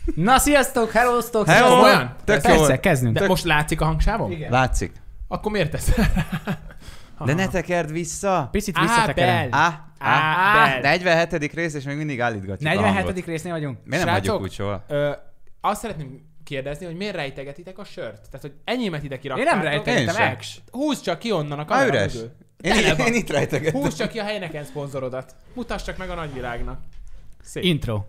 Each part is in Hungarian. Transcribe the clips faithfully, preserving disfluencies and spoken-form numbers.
Na, sziasztok, hellóztok! Hello! Olyan? Persze, kezdünk. De De most látszik a hangsávom? Igen. Látszik. Akkor miért tesz? De ne tekerd vissza! Picit visszatekerem. Á, Ábel. negyvenhetedik rész, és még mindig állítgatjuk a hangot. negyvenhetedik résznél vagyunk. Miért nem Srácok, hagyjuk úgy soha? Ö, azt szeretném kérdezni, hogy miért rejtegetitek a sört? Tehát, hogy enyémet ide Én kiraktátok. nem rejtegetem, Én sem. Ex. Húzd csak ki onnan a Á, kamera üres. mögül. Én, Tele én, van. én itt rejtegettem. Húzd csak ki a Heineken szponzorodat. Mutasd csak meg a nagyvilágnak. Szép. Intro.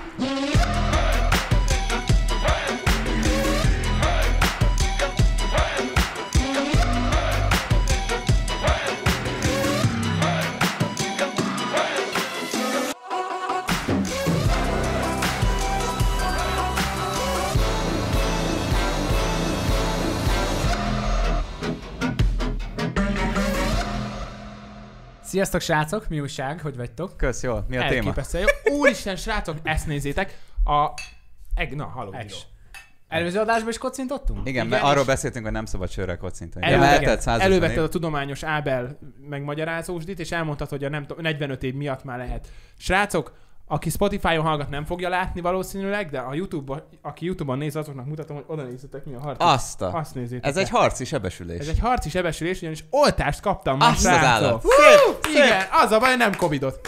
Sziasztok, srácok! Mi újság? Hogy vagytok? Kösz, jól. Mi a téma? Elképesztő jó. Úristen, srácok, ezt nézzétek. A... Eg... Na, halló, Ex. Giro. Előző adásban is kocintottunk? Igen, mert Igen, arról és- beszéltünk, hogy nem szabad sörrel kocintani. De Elővetted, mehetett százas elővetted év. a tudományos Ábel megmagyarázósdit, és elmondtad, hogy a nem tudom, negyvenöt év miatt már lehet. Srácok, aki Spotify-on hallgat, nem fogja látni valószínűleg, de a YouTube, aki YouTube-on néz, azoknak mutatom, hogy oda nézzetek, mi a harc. Azt a... Azt nézzétek. Ez egy harci sebesülés. Ez egy harci sebesülés, ugyanis oltást kaptam ma, Azt az srácok. állat. Igen, az a baj, hogy nem covidot,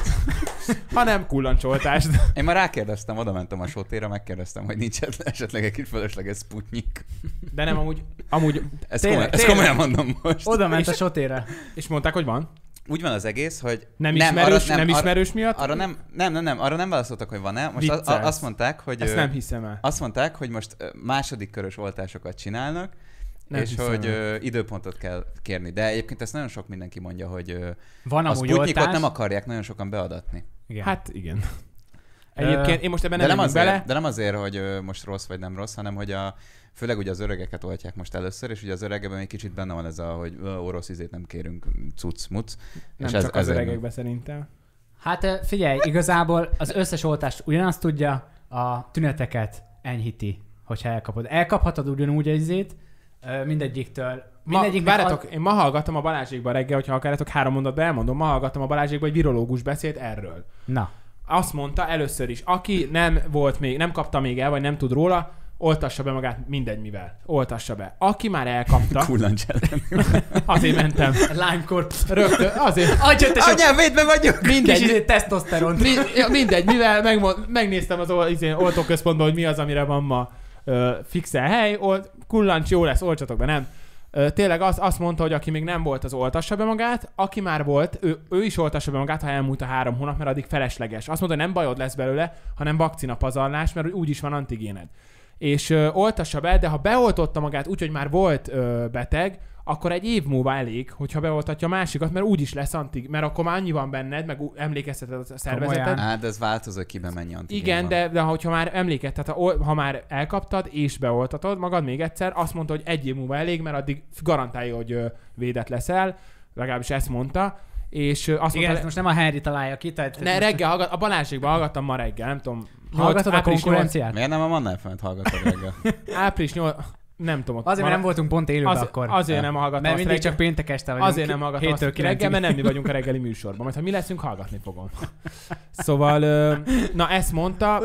hanem kullancsoltást. Én már rákérdeztem, oda mentem a sotéra, megkérdeztem, hogy nincs esetleg egy kis fölösleges Sputnik. De nem, amúgy, amúgy Ezt, Tényleg, komolyan, ezt tényleg. komolyan mondom most. Oda ment a sotére. és mondták, hogy van. Úgy van az egész, hogy... Nem ismerős, arra nem ismerős miatt? Arra nem, nem, nem, nem, arra nem válaszoltak, hogy van-e. Most a, Viccelsz. a, azt mondták, hogy... Ezt ö, nem hiszem el. Azt mondták, hogy most ö, második körös oltásokat csinálnak, Nem és hiszem hogy el. ö, időpontot kell kérni. De egyébként ezt nagyon sok mindenki mondja, hogy ö, Van a amúgy Sputnikot oltás. nem akarják nagyon sokan beadatni. Igen. Hát igen. Egyébként én most ebben De nem, nem, nem azért, bele. de nem azért, hogy ö, most rossz vagy nem rossz, hanem hogy a, főleg ugye az öregeket oltják most először, és ugye az öregekben még kicsit benne van ez a, hogy ö, orosz izét nem kérünk, cucc-muc. Nem és csak ez, az ezért öregekben szerintem. Hát ö, figyelj, igazából az összes oltást ugyanazt tudja, a tüneteket enyhíti, hogyha elkapod. Elkaphatod ugyanúgy egy izét, ö, mindegyiktől. Ma, Mindegyiknek várjatok, én ma hallgattam a Balázsékban reggel, hogyha akarjátok három mondatban elmondom, ma hallgattam a Balázsékban, hogy virológus beszélt erről. Na. Azt mondta először is, aki nem volt még, nem kapta még el, vagy nem tud róla, oltassa be magát mindegy mivel. Oltassa be. Aki már elkapta, kullancs ellen. azért mentem. Lánykor. Rögtön, azért. Adj te sok Anyám, védve vagyok! Mindegy, kis izé, tesztoszteront. mi, ja, mindegy, mivel megmond, megnéztem az ol, izé, oltóközpontban, hogy mi az, amire van ma ö, fixel hely, olt, kullancs jó lesz, oltsatok be, nem. Ö, tényleg az, azt mondta, hogy aki még nem volt, az oltassa be magát, aki már volt, ő, ő is oltassa be magát, ha elmúlt a három hónap, mert addig felesleges. Azt mondta, hogy nem bajod lesz belőle, hanem vakcinapazarlás, mert úgy is van antigéned. És ö, oltassa be, de ha beoltotta magát úgy, hogy már volt ö, beteg, akkor egy év múlva elég, hogyha beoltatja a másikat, mert úgy is lesz antig, mert akkor már annyi van benned, meg ú- emlékezteted a szervezeted. Komolyan. Hát, de ez változó, hogy kiben mennyi antigén Igen, van. de, de hogyha már emléket, tehát ha, ol- ha már elkaptad és beoltatod magad még egyszer, azt mondta, hogy egy év múlva elég, mert addig garantálja, hogy ö, védett leszel, legalábbis ezt mondta, és ö, azt Igen, mondta, ezt most nem a Henry találja ki, tehát... ne, reggel hallgat, a Balázsékban hallgattam ma reggel, nem tudom. Hallgatod a április konkurenciát? Miért nem a Mannál fent hallgatod reggel? nyolc április nyolc nem tudom. ott Azért, mert ma- nem voltunk pont élőben az, akkor. Azért nem hallgattam Mert azt mindig reggel. csak péntek este vagyunk. Azért nem hallgatom azt héttől reggel, mert kilencig. nem mi vagyunk a reggeli műsorban. Majd ha mi leszünk, hallgatni fogom. Szóval, ö, na ezt mondta,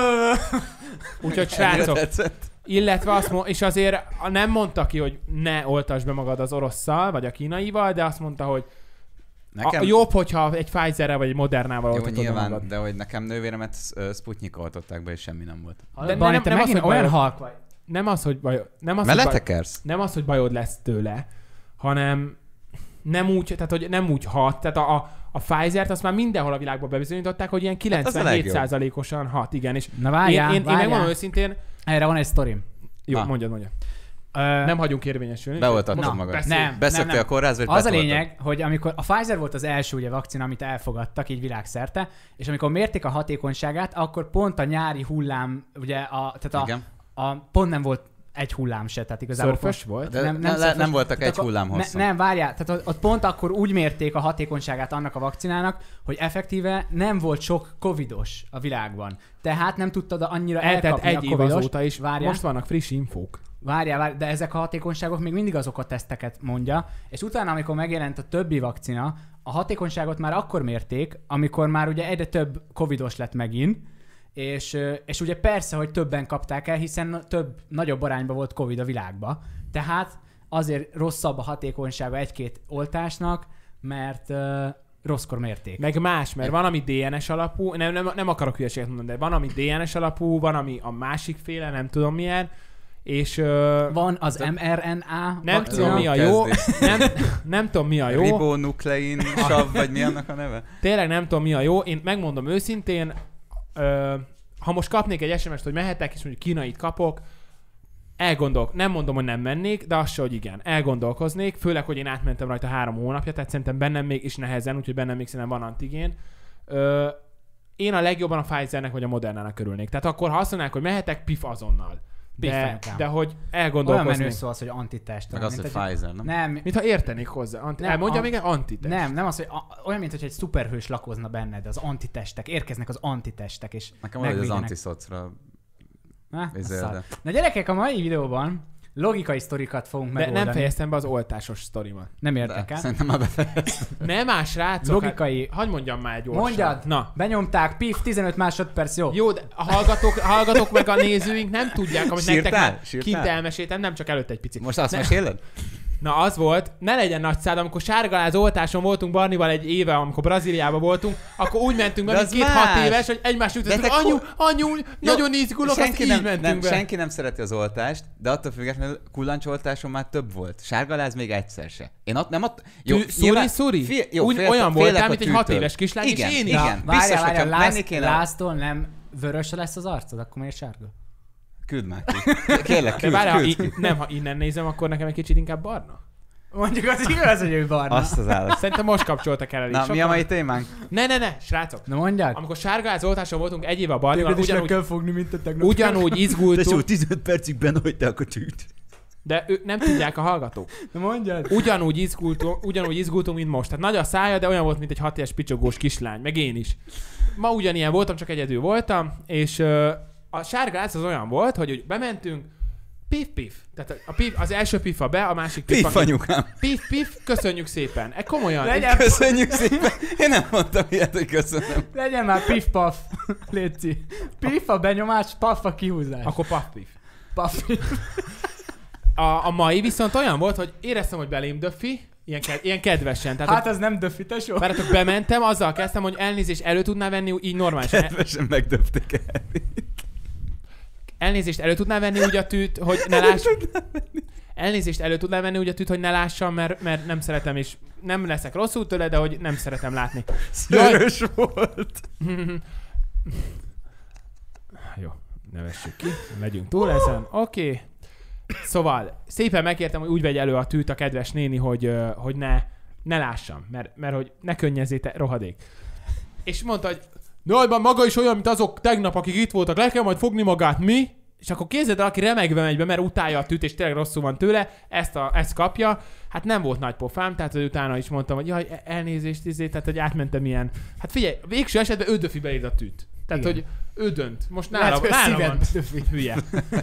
úgyhogy Ennyire srácok, tetszett? illetve azt mondta, és azért nem mondta ki, hogy ne oltasd be magad az orosszal, vagy a kínaival, de azt mondta, hogy Nekem... a, jobb, hogyha egy Pfizerrel vagy egy Modernával Jó, oltatod be nyilván, magad. de hogy nekem nővéremet ö, Sputnik oltották be, és semmi nem volt. De De nem- nem, te nem az, megint hogy olyan bajod- halk vagy. Nem az, hogy baj, nem az, Mert hogy baj, letekersz? nem az, hogy bajod lesz tőle, hanem nem úgy, tehát hogy nem úgy hat, tehát a, a, a Pfizer-t azt már mindenhol a világban bebizonyították, hogy ilyen kilencvenhét százalékosan hat, igen, és Na várjál, én, én, én várjál. megmondom őszintén, Erre van egy sztorim. jó, Na. mondjad, mondjad. Ö, Nem hagyunk érvényesülni. Beoltattad Most magad. beszélj. Nem. Beszöktél a kórházba, és Az a betoltad. lényeg, hogy amikor a Pfizer volt az első ugye vakcina, amit elfogadtak így világszerte, és amikor mérték a hatékonyságát, akkor pont a nyári hullám, ugye a, tehát a, Igen. a pont nem volt egy hullám se, tehát igazából Szörfös pont, volt? De nem, nem, szörfös. nem voltak Tehát egy akkor- hullám ne, hosszú. Nem, várjál, tehát ott, ott pont akkor úgy mérték a hatékonyságát annak a vakcinának, hogy effektíve nem volt sok covidos a világban. Tehát nem tudtad annyira Eltelt elkapni egy a év covidost. azóta is. Várjál. Most vannak friss infók. Várjál, várjál, de ezek a hatékonyságok még mindig azok a teszteket mondja, és utána, amikor megjelent a többi vakcina, a hatékonyságot már akkor mérték, amikor már ugye egyre több covidos lett megint, És, és ugye persze, hogy többen kapták el, hiszen több, nagyobb arányban volt Covid a világban. Tehát azért rosszabb a hatékonysága egy-két oltásnak, mert uh, rosszkor mérték. Meg más, mert van, ami dé en es alapú, nem, nem, nem akarok hülyeséget mondani, de van, ami dé en es alapú, van, ami a másik féle, nem tudom milyen, és... Uh, van az em er en á. Nem vakcina. tudom, mi a jó. Nem, nem tudom, mi a jó. Ribonuklein sav, vagy mi annak a neve? Tényleg nem tudom, mi a jó. Én megmondom őszintén, uh, ha most kapnék egy es em est, hogy mehetek, és mondjuk kínait kapok, elgondolk, nem mondom, hogy nem mennék, de az se, hogy igen. Elgondolkoznék, főleg, hogy én átmentem rajta három hónapja, tehát szerintem bennem még is nehezen, úgyhogy bennem még szerintem van antigén. Ö, én a legjobban a Pfizernek vagy a Modernának örülnék. Tehát akkor, ha azt mondanák, hogy mehetek, pif azonnal. De, de hogy elgondolkoznék. Olyan menő szó az, hogy antitest. Meg az, hogy Pfizer, nem? Nem. Mintha értenék hozzá. Anti- Nem, Elmondja a- még egy antitest. Nem, nem az, hogy a, olyan, mint hogy egy szuperhős lakozna benned, az antitestek. Érkeznek az antitestek, és Nekem valahogy az megvédenek. antiszocra Na, izél, szar. de- Na gyerekek, a mai videóban logikai sztorikat fogunk De megoldani. nem fejeztem be az oltásos sztorimat. Nem de értek el. szerintem már befejeztem. Nem más, srácok. Logikai... Hát, hadd mondjam már gyorsan. Mondjad! Na. Benyomták, pif, tizenöt másodperc, jó. Jó, de a hallgatók, a hallgatók meg a nézőink nem tudják, amit nektek Sírtál? már Sírtál? kint elmeséltem, nem csak előtt egy picit. Most azt Ne- meséled? Na az volt, ne legyen nagy szád, amikor sárgaláz oltáson voltunk Barnival egy éve, amikor Brazíliában voltunk, akkor úgy mentünk be, De mint az két-hat más. éves, hogy egymás jutottunk, De te anyu, ko- anyu, nagyon izgulok, azt senki így nem, mentünk nem, be. senki nem szereti az oltást, de attól függetlenül kullancsoltáson már több volt. Sárgaláz még egyszer se. Én ott nem ott... Tű- szuri, szuri? Fél, jó, Úgy- fél, olyan félek voltál, a mint egy hat tűtől. éves kislány, és igen, én is. igen. Várjál, Biztos, várjál, hogyha láz, menni kéne... láztól nem vörös lesz az arcod, akkor miért sárga? Küld már ki. Kérlek, De küld, várjál, küld i- ki. nem, ha innen nézem, akkor nekem egy kicsit inkább barna. Mondjuk az igaz, hogy ő barna. Azt az állat. Szerintem most kapcsoltak el elég Na, mi sokan. a mai témánk? Ne, ne, ne, srácok. Na mondjad. Amikor sárgaláz oltáson voltunk egy éve a Barnival, ugyanúgy, kell fogni, mint a tegnap. ugyanúgy izgultunk, tizenöt percig benne hagyták a tűt. de ők nem tudják a hallgatók. Na mondjad. Ugyanúgy izgultunk, ugyanúgy izgultunk, mint most. Tehát nagy a szája, de olyan volt, mint egy hat éves picsogós kislány, meg én is. Ma ugyanilyen voltam, csak egyedül voltam, és uh, a sárgaláz az olyan volt, hogy úgy bementünk, pif-pif. Tehát a pif, az első pifa be, a másik pifa. Pif, anyukám. Pif-pif, köszönjük szépen. E komolyan. Legyen, Köszönjük szépen. Én nem mondtam ilyet, hogy köszönöm. legyen már pif-paf. Léci. Pif a benyomás, paf a kihúzás. Akkor paf-pif. Paf. A, a mai viszont olyan volt, hogy éreztem, hogy belém döfi, ilyen, ke- ilyen kedvesen. Tehát, Hát az nem döfi, tesó. várjátok, bementem, azzal kezdtem, hogy elnézést elő tudná venni, így normálisan. Kedvesen megdöpték el. Elnézést elő tudná venni úgy a tűt, hogy ne lássam. Elnézést elő tudná venni úgy a tűt, hogy ne lássam, mert, mert nem szeretem, és nem leszek rosszul tőle, de hogy nem szeretem látni. Szörös volt. Jó, ne vessük ki, megyünk túl ezen. Oké. Okay. Szóval szépen megkértem, hogy úgy vegy elő a tűt a kedves néni, hogy, ö, hogy ne, ne lássam, mert, mert hogy ne könnyezzé te rohadék. És mondta, hogy nagyban maga is olyan, mint azok tegnap, akik itt voltak, le kell majd fogni magát, mi? És akkor képzeld el, aki remegve megy be, mert utálja a tűt, és tényleg rosszul van tőle, ezt, a, ezt kapja. Hát nem volt nagy pofám, tehát hogy utána is mondtam, hogy jaj, elnézést, izé, tehát hogy átmentem ilyen. Hát figyelj, végső esetben ő döfi beírd a tűt. Tehát, Igen. hogy ő dönt. Most Lehet, nála, hogy nála szíved van. döfi. Hülye.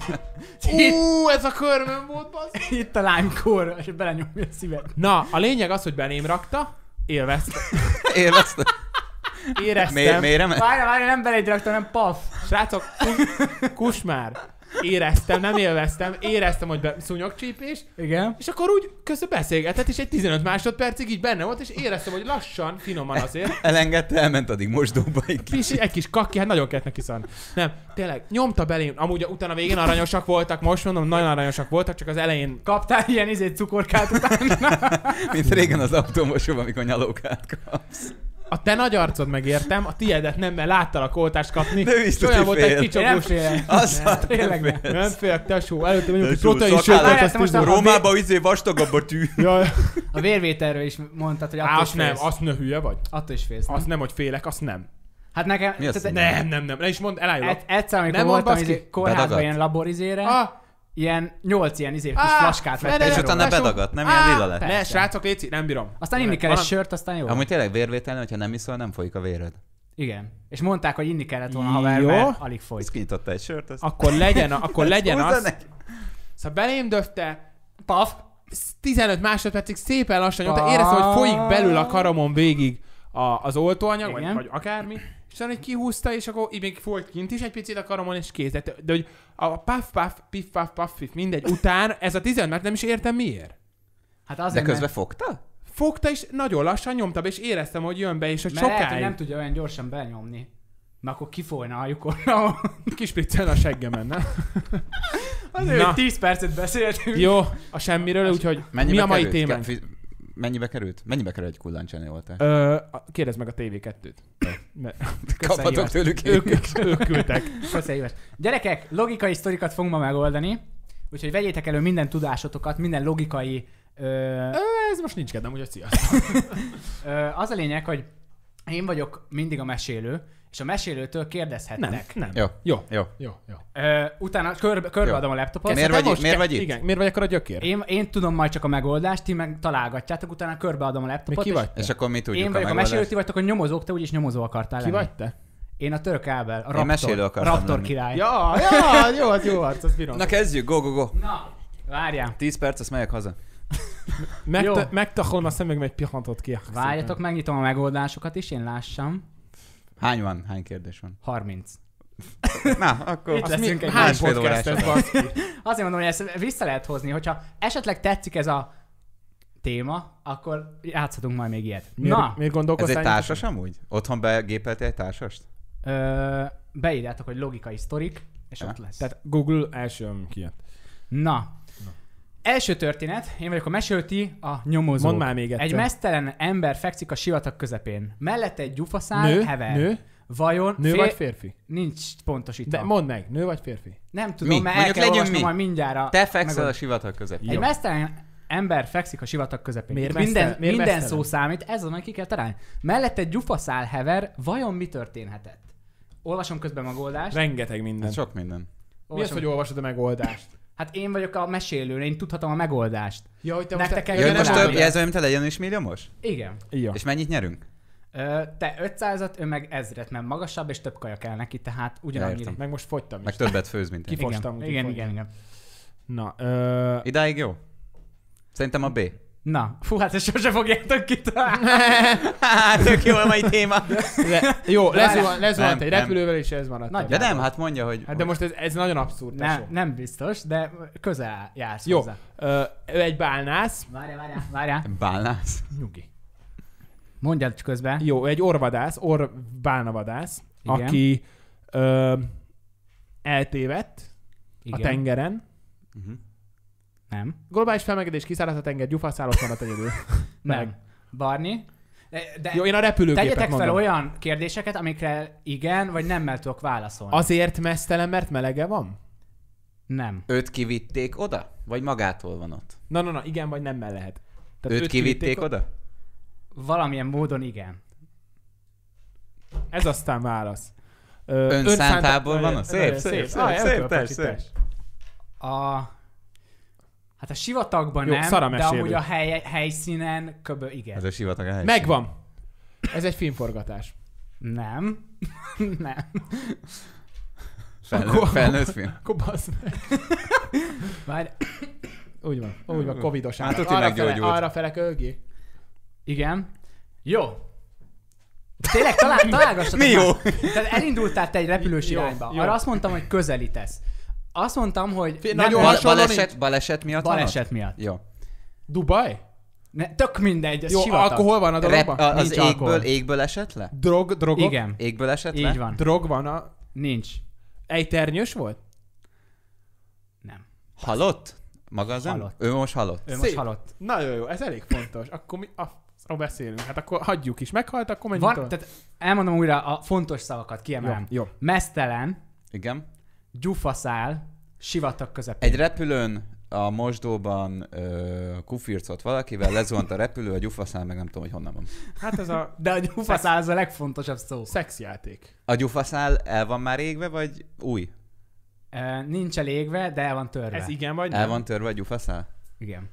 Ú, ez a körmöm volt, bassz. Itt a lánykor, és belenyomja a szíved. Na, a lényeg az, hogy belém rakta, élveztem, Élveztem. éreztem. Miért, miért nem? Várj, várj, nem beléd raktam, nem paf. Srácok, kus, kus már. Éreztem, nem élveztem, éreztem, hogy be, szúnyogcsípés, Igen. és akkor úgy közben beszélgetett, és egy tizenöt másodpercig így benne volt, és éreztem, hogy lassan, finoman azért, Elengedte, elment addig mosdóba egy Pis, egy kis kakki, hát nagyon kellett neki szan. Nem, tényleg, nyomta belém, amúgy utána végén aranyosak voltak, most mondom, nagyon aranyosak voltak, csak az elején Kaptál ilyen izét cukorkát utána? Mint régen az autómosóban, amikor nyalókát kapsz. a te nagy arcod megértem, a tiédet nem, mert láttalak oltást kapni, De és biztos, olyan hogy volt fél. egy Én nem kicsogós. félek. Az Nem, hát tényleg nem nem. Nem félek, tesó, előtte vagyunk, hogy Tesó, protein szakállat sétát, azt azt most izé- a- Rómában izé vastagabb a tű. Jaj, A vérvételről is mondtad, hogy Á, attól is azt nem, félsz. azt ne hülye vagy. Attól is félsz, nem? Azt nem, hogy félek, azt nem. Hát nekem... Mi az, tehát- hogy Nem, nem, nem, ne is mondd, elájulok. egy- Egyszer, amikor Nem mondd, voltam baszki. izé, kórházban Bedagadt? ilyen laborizére, Ah, ilyen nyolc ilyen izé, kis Ah, flaskát ne, vettem. ne, És ne, utána tesó. bedagadt, nem Á, ilyen lila lett. persze. ne, srácok, léci, nem bírom. Aztán inni kell egy Valami- sört, aztán jó. Amúgy tényleg vérvételni, hogyha nem iszol, nem folyik a véred. Igen. És mondták, hogy inni kellett volna haver, Jó. mert alig folyt. Ez kinyitotta egy sört, azt... Akkor legyen, akkor legyen Húzza az. neki. Szóval belém döfte, Paf! tizenöt másodpercig szépen lassan nyomta, éreztem, hogy folyik belül a karamon végig a, az oltóanyag, vagy, Igen. vagy akármi, és aztán, hogy kihúzta, és akkor így még folyt kint is egy picit a karomon, és kész. De, de hogy a puff, puff, piff, puff, puff, piff, mindegy, után ez a tizenöt, mert nem is értem miért. Hát De azért, közben mert, fogta? Fogta, és nagyon lassan nyomta be, és éreztem, hogy jön be, és hogy mert lehet, hogy sokáig nem tudja olyan gyorsan benyomni. Mert akkor kifolyna a lyukon. kispriccel a seggemen, nem? Azért, Na. hogy tíz percet beszéltünk. Jó, a semmiről, úgyhogy mi a mai került? témánk? Ke- Mennyibe került? Mennyibe kerül egy kullancsányi oltás? Ö, kérdezd meg a té vé kettőt. Mert Kaphatok tőlük ők, én. ők küldtek. Köszönjük. Gyerekek, logikai sztorikat fogunk ma megoldani, úgyhogy vegyétek elő minden tudásotokat, minden logikai... Ö, Ö, ez most nincs kedvem, úgyhogy sziasztok. ö, az a lényeg, hogy én vagyok mindig a mesélő, és a mesélőtől kérdezhettek. Nem, nem. Jó, Jó, jó. jó, jó. Ö, utána körbe, körbeadom a laptopot. Miért Te vagy, most miért ke- vagy itt? Igen, miért vagy akkor a gyökér? Én, én tudom majd csak a megoldást, ti meg találgatjátok, utána körbeadom a Mi laptopot. ki és vagy te? És akkor mi tudjuk Én vagyok a, a mesélő, megoldást? ti vagytok a nyomozók, te úgyis nyomozó akartál Ki lenni. vagy te? Én a török Ábel, a Én Raptor, mesélő akartam Raptor lenni. király. Ja, ja, jó, az jó arc, az bírom. Na kezdjük, go, go, go. Na, várjál. tíz perc, azt megyek haza. Megta- Jó. Megtahol a szemünkbe egy pillanatot ki. Várjatok, megnyitom a megoldásokat is, én lássam. Hány van? Hány kérdés van? harminc. Na, akkor... Itt Azt mi, leszünk egy hány másfél podcast ez, órás baszki? Azért mondom, hogy ezt vissza lehet hozni, hogyha esetleg tetszik ez a téma, akkor játszhatunk majd még ilyet. Miért, Na, miért Ez gondolkoztál? egy társas amúgy? Otthon begépeltél egy társast? ö, beírjátok, hogy logikai sztorik, és Ja. ott lesz. Tehát Google első, ami kijött. Na. Első történet, én vagyok a mesélti, a nyomozó. Mondd már még egyszer. Egy mesztelen ember fekszik a sivatag közepén. Mellette egy gyufaszál Nő? hever. Nő? Vajon Nő fér... vagy férfi? Nincs pontosítva. De mondd meg, nő vagy férfi? Nem tudom, Mi? mert el Mondjuk kell legyünk olvasnom mi. majd mindjárt. Te fekszel Megol- a sivatag közepén. Egy Jó. mesztelen ember fekszik a sivatag közepén. Miért Itt minden mesztelen? Miért minden mesztelen? szó számít, ez az, amit ki kell találni. Mellette egy gyufaszál hever, vajon mi történhetett? Olvasom közben megoldást. Rengeteg minden. Hát sok minden. Mi az, Olvasom. hogy olvasod a megoldást? Hát én vagyok a mesélő, én tudhatom a megoldást. Ja, hogy te Nektek most... kell Ja, hogy most találni. több, ez olyan, mint a legyen is milliómos? Igen. Ja. És mennyit nyerünk? Ö, te ötszázat, ő meg ezret, mert magasabb, és több kaja kell neki, tehát ugyanannyi. Értem. Meg most fogytam is. Meg többet főz, mint én. Ki- Kifostam, Igen, úgyhogy igen, fogytam. igen, igen. Na, ö... Idáig jó? Szerintem a B. Na, fú, hát ezt sose fogjátok kitalálni. Hát, tök jó a mai téma. De, jó, Várjál. lezuhant, lezuhant Nem, egy nem. repülővel, és ez maradt. Nagy- De nem, hát mondja, hogy... Hát de most ez, ez nagyon abszurd, Ne, tesó. nem biztos, de közel jársz Jó, hozzá. ö, ő egy bálnász. Várjál, várjál, várjál. Bálnász? Nyugi. Mondjad közben. Jó, egy orvadász, orr-bálnavadász, Igen. aki ö, eltévedt Igen. a tengeren. Uh-huh. Nem. Globális felmelegedés, kiszáradt a tenger, gyufaszál, ott maradt egyedül. Meg. Nem. Barni. De, de Jó, én a repülőgépet tegyetek fel mondom. olyan kérdéseket, amikre igen, vagy nemmel tudok válaszolni. Azért mesztelen, mert melege van? Nem. Őt kivitték oda? Vagy magától van ott? Na, na, na, igen, vagy nemmel lehet. Őt kivitték oda? Valamilyen módon igen. Ez aztán válasz. Ö, Önszántából önszántá- van az? Szép, szép, szép, Ah, szép, elkölpös, szép, szép. A... Hát a sivatagban Jó, nem, szara de mesélő. amúgy a hely, helyszínen köbö igen. Ez a sivatag a helyszín. Megvan. Ez egy filmforgatás. Nem. nem. Felnőtt, Akkor- felnőtt film. Akkor bassz meg. Várj. Úgy van, úgy van, covidos Hát állap. tuti Arra meggyógyult. fele, arra fele kölgi. Igen. Jó. Tényleg talál, találgassatok Mi jó? már. Tehát elindultál te egy repülős Jó, irányba. jó. Arra azt mondtam, hogy közelítesz. Azt mondtam, hogy Fé- nem nagyon Bal- hasonló baleset, nincs. baleset miatt van baleset ott? miatt. Jó. Dubaj? Ne, tök mindegy, ez Jó, sivatag. akkor hol van a Rep, dologban? a, az Nincs égből, alkohol. égből esett le? Drog, drogok? Igen, Égből esett le? így van. Drog van a... Nincs. Ejternyős volt? Nem. Halott? Maga az Halott. ember? Ő most halott. Ő most Szép. halott. Nagyon jó, ez elég fontos. Akkor mi... Ah, szóval beszélünk. Hát akkor hagyjuk is. Meghalt, akkor menjünk Van, tovább. tehát elmondom újra a fontos szavakat, Jó, kiemelem. jó. Mesztelen, Igen. gyufaszál, sivatag közepén. Egy repülőn a mosdóban ö, kufircolt valakivel, lezuhant a repülő, a gyufaszál meg nem tudom, hogy honnan van. Hát ez a De a gyufaszál az a legfontosabb szó. szexjáték. A gyufaszál el van már égve, vagy új? Uh, nincs elégve, de el van törve. Ez igen vagy El nem? van törve a gyufaszál? Igen.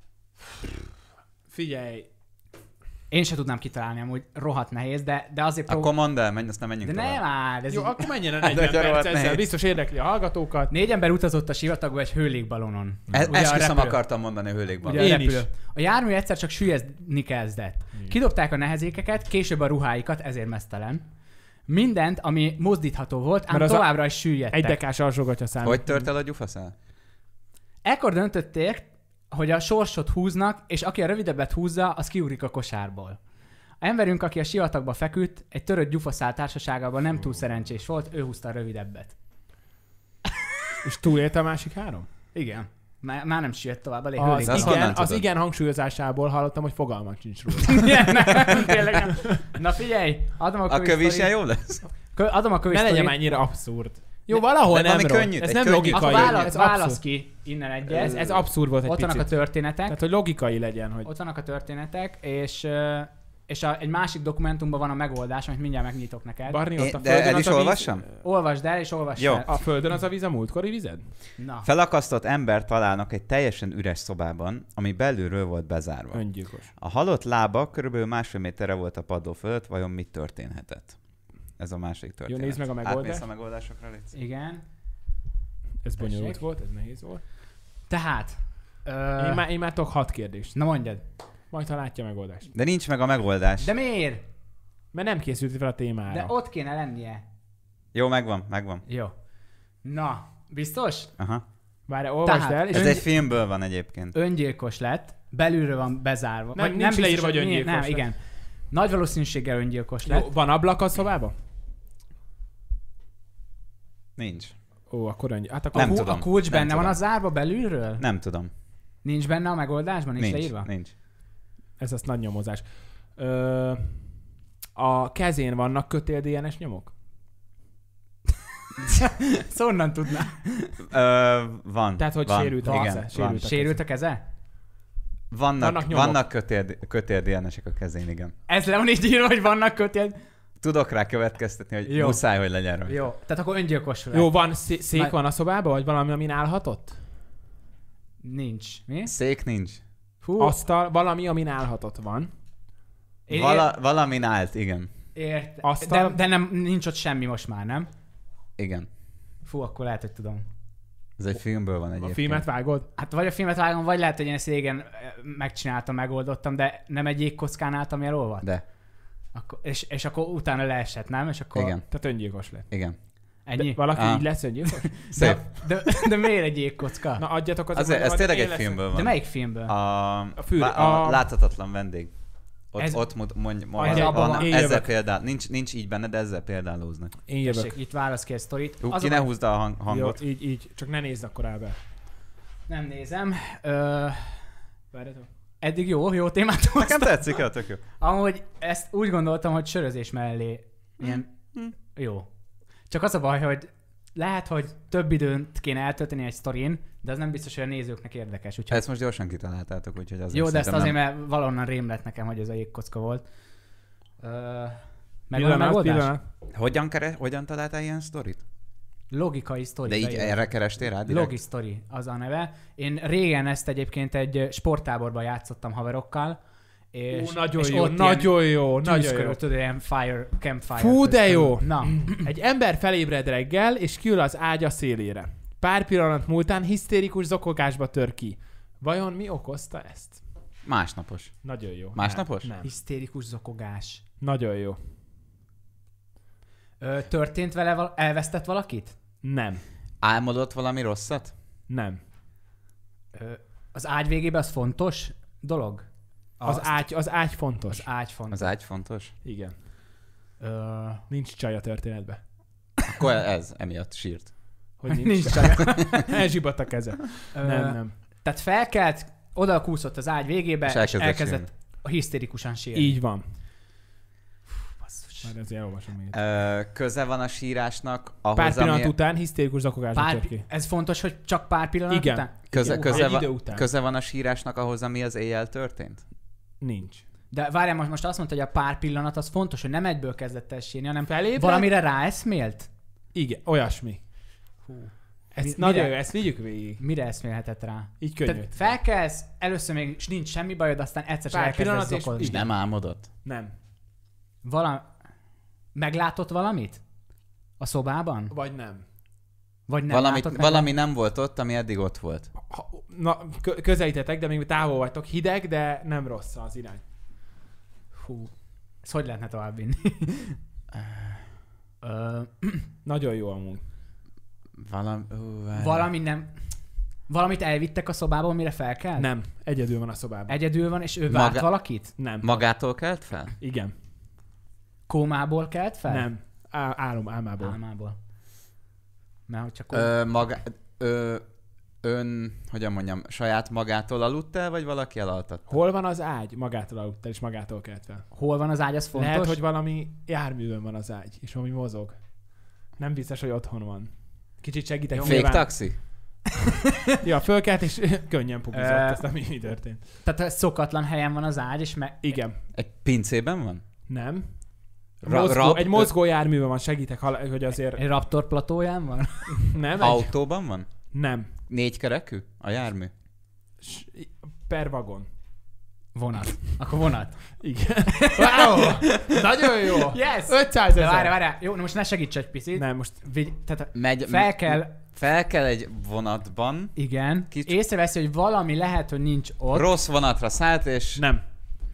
Figyelj. Én se tudnám kitalálni, amúgy rohadt nehéz, de, de azért Akkor mondd el, menj, aztán menjünk De tovább. nem áll, ez Jó, így... akkor menjen a Hát, negyven hogyha perc rohadt ezzel. nehéz. Biztos érdekli a hallgatókat. Négy ember utazott a sivatagba egy hőlékbalonon. E- Ugye a Esküszöm repülő. akartam mondani a hőlékban. Ugye a Én repülő. is. A jármű egyszer csak süllyedni kezdett. Kidobták a nehezékeket, később a ruháikat, ezért mesztelen. Mindent, ami mozdítható volt, ám Mert az továbbra is süllyedtek. Egy dekás alsógatya számít. Hogy tört el a gyufaszál? Ekkor döntötték, hogy a sorsot húznak, és aki a rövidebbet húzza, az kiugrik a kosárból. A emberünk, aki a sivatagba feküdt, egy törött gyufaszál társaságában nem túl szerencsés volt, ő húzta a rövidebbet. És túlélte a másik három? Igen. Már, már nem süllyedt tovább, elég Az, hőlék. azt igen, honnan az tudod? igen hangsúlyozásából hallottam, hogy fogalmam sincs róla. Igen, nem, tényleg nem. Na figyelj, adom a, A kövi is jó lesz? Kö- adom a kövi Ne legyen sztorit. ennyire abszurd. Jó, valahol de nem valami rossz. könnyűt, Ez egy nem könnyűt. logikai. Akkor válasz, ez válasz abszurd. ki innen egyet. Ez, ez abszurd volt egy Ott vannak a picit. történetek. Tehát, hogy logikai legyen, hogy... Ott vannak a történetek, és, ö, és a, egy másik dokumentumban van a megoldás, amit mindjárt megnyitok neked. Barni, ott a Én- de földön el az is a víz- olvassam? Olvasd el, és olvasd Jó. el. A földön az a víz a múltkori vized? Na. Felakasztott ember találnak egy teljesen üres szobában, ami belülről volt bezárva. Öngyilkos. A halott lába körülbelül másfél méterre volt a padló fölött, vajon mit történhetett? Ez a másik történet. nézd meg a megoldást. Átmész a megoldásokra, légy. Igen. Ez bonyolult Tessék. volt, ez nehéz volt. Tehát. Ö, Én már, én már tudok hat kérdést. Na mondjad. Majd ha látja a megoldást. De nincs meg a megoldás. De miért? Mert nem készült fel a témára. De ott kéne lennie. Jó, megvan, megvan. Jó. Na, biztos? Aha. Várj, olvasd Tehát, el. És Ez Ön- egy filmből van egyébként. Öngyilkos lett, belülről van bezárva. Nem, nincs leírva, hogy öngyilkos Nem, lett. igen. Nagy valószínűséggel öngyilkos lett. Jó, van ablak a szobában? Nincs. Ó, akkor öngy... Hát akkor A, Nem ku- tudom, a kulcs nem benne van tudom. a zárba belülről? Nem tudom. Nincs benne a megoldásban? Nincs, Nincs, leírva? nincs. ez az nagy nyomozás. Ö, a kezén vannak kötél dé en es nyomok? Szóval onnan tudná. Ö, van. Tehát, hogy van. sérült a Igen, keze, van. sérült a Sérült a keze? Vannak, Vannak vannak, nyomok. vannak kötél, kötél dé en esek a kezén, igen. Ez le van így írva, hogy vannak kötél. Tudok rá következtetni, hogy Jó. Jó. muszáj, hogy legyen rajta. Jó, tehát akkor öngyilkos lett. Jó, van szé- szék Na- van a szobában, vagy valami, amin állhatott? Nincs. Mi? Szék nincs. Fú, Asztal, valami, amin állhatott van. én Vala, valamin állt, igen. ért, Asztal- de, de nem, nincs ott semmi most már, nem? Igen. Fú, akkor lehet, hogy tudom. Ez egy filmből van egyébként. A filmet vágod? Hát vagy a filmet vágom, vagy lehet, hogy én ezt régen eh, megcsináltam, megoldottam, de nem egy jégkockán álltam el olvat? De, Akkor, és, és akkor utána leesett, nem? És akkor igen, Tehát öngyilkos lett. igen. ennyi? De valaki Á. így lesz öngyilkos? Szép. De, de miért egy jégkocka? Na adjatok az Azért, ez tényleg egy filmből van. De melyik filmből? A, A fűr- a, a, a- láthatatlan vendég. Ott, Ez- ez, ott mut, mondj, Ez mondj, abban van. van, Én ezzel jövök. példál, nincs, nincs így benne, de ezzel példálóznak. Én jövök. Tessék, itt válasz ki egy sztorit. Ú, Az ki a- ne húzd a hang, Jó, hangot. így, így. Csak ne nézd akkor el be. Nem nézem. Ö, Várjatok. eddig jó, jó témát Nekem hoztam. tetszik, jó, tök jó. Amúgy ezt úgy gondoltam, hogy sörözés mellé ilyen jó. Csak az a baj, hogy lehet, hogy több időt kéne eltölteni egy sztorin, de az nem biztos, hogy a nézőknek érdekes. Úgyhogy... Ezt most gyorsan kitaláltátok, úgyhogy azért Jó, de ezt szerintem azért, nem... mert valahonnan rém lett nekem, hogy ez a jégkocka volt. Ö, Megvan a Pillanat, megoldás? pillanat. Hogyan, kere, hogyan találtál ilyen sztorit? Logikai sztori. De így beírva. erre kerestél rá direkt? Logi Story az a neve. Én régen ezt egyébként egy sporttáborban játszottam haverokkal. És, Ó, nagyon és jó, ott nagyon jó, ilyen nagyon tűz jó. körül, tudod, ilyen fire, campfire. Fú, de közt jó! körül. Na, Egy ember felébred reggel, és kiül az ágya szélére. Pár pillanat múltán hisztérikus zokogásba tör ki. Vajon mi okozta ezt? Másnapos. Nagyon jó. Másnapos? Nem. nem. hisztérikus zokogás. Nagyon jó. Ö, történt vele, val- elvesztett valakit? Nem. Álmodott valami rosszat? Nem. Ö, az ágy végében az fontos dolog? Az Azt- ágy, az ágy fontos. Az ágy fontos. Az ágy fontos? Igen. Ö, Nincs csaj a történetben. Akkor ez, emiatt sírt. Hogy nincs, nincs csaj. csaj. Elzsibadt a keze. Ö, Nem, nem. Tehát felkelt, oda kúszott az ágy végébe, És és elkezdett elkezdett hisztérikusan sírni. Így van. Basszus. Már ezért elolvasom még. Ö, köze van a sírásnak ahhoz, Pár pillanat ami... után hisztérikus zakogásba Pár, tör ki. ez fontos, hogy csak pár pillanat Igen. után? Köze, Igen, köze, egy idő van, után. köze van a sírásnak ahhoz, ami az éjjel történt? Nincs. De várjál, most, most azt mondta, hogy a pár pillanat az fontos, hogy nem egyből kezdett el sírni, hanem Felébred? valamire ráeszmélt? Igen, olyasmi. Hú. Ezt, Mi- nagyon mire? jó, ezt vigyük végig. Mire eszmélhetett rá? Így könnyű. Tehát felkelsz, először még s nincs semmi bajod, aztán egyszer csak Pár elkezdesz pillanat és zokolni. És nem álmodott? Nem. Vala... Meglátott valamit? A szobában? Vagy nem. Vagy nem Valamit, látott meg? valami nem volt ott, ami eddig ott volt. Ha, na, kö- közelítetek, de még távol vagytok. Hideg, de nem rossz az irány. Hú. Ezt hogy lehetne tovább vinni? Ö, Nagyon jó amúgy. Valami... Ó, várj. valami nem... Valamit elvittek a szobából, mire felkelt? Nem, egyedül van a szobában. Egyedül van, és ő várt Maga- valakit? Nem. Magától kelt fel? Igen. Kómából kelt fel? Nem. Á- álom, álmából. Álmából. Mert hogy csak kó... Ö, maga... Ö, ön, hogyan mondjam, saját magától aludt el, vagy valaki elaltatta? Hol van az ágy? Magától aludtál, és magától kelt fel. Hol van az ágy, az fontos? Lehet, hogy valami járművön van az ágy, és valami mozog. Nem biztos, hogy otthon van. Kicsit segítek. Fake nyilván. taxi? Ja, fölkelt, és könnyen pugizott, Ö, aztán mi, mi történt. Tehát szokatlan helyen van az ágy, és me... Igen. Egy pincében van? Nem. Ra- Mozgó, rap- egy mozgó járművön van, segítek, hal- hogy azért... Egy Raptor platóján van? Nem, egy... Autóban van? Nem. Négy kerekű? A jármű? S- Per vagon. Vonat. Akkor vonat. Igen. Wow! Nagyon jó! Yes! ötszáz De várj, ezer! várj, jó, na most ne segíts egy picit. Nem, most Vigy, tehát Megy, fel kell, fel kell egy vonatban, igen, Kicsit- észreveszi, hogy valami lehet, hogy nincs ott, rossz vonatra szállt, és nem.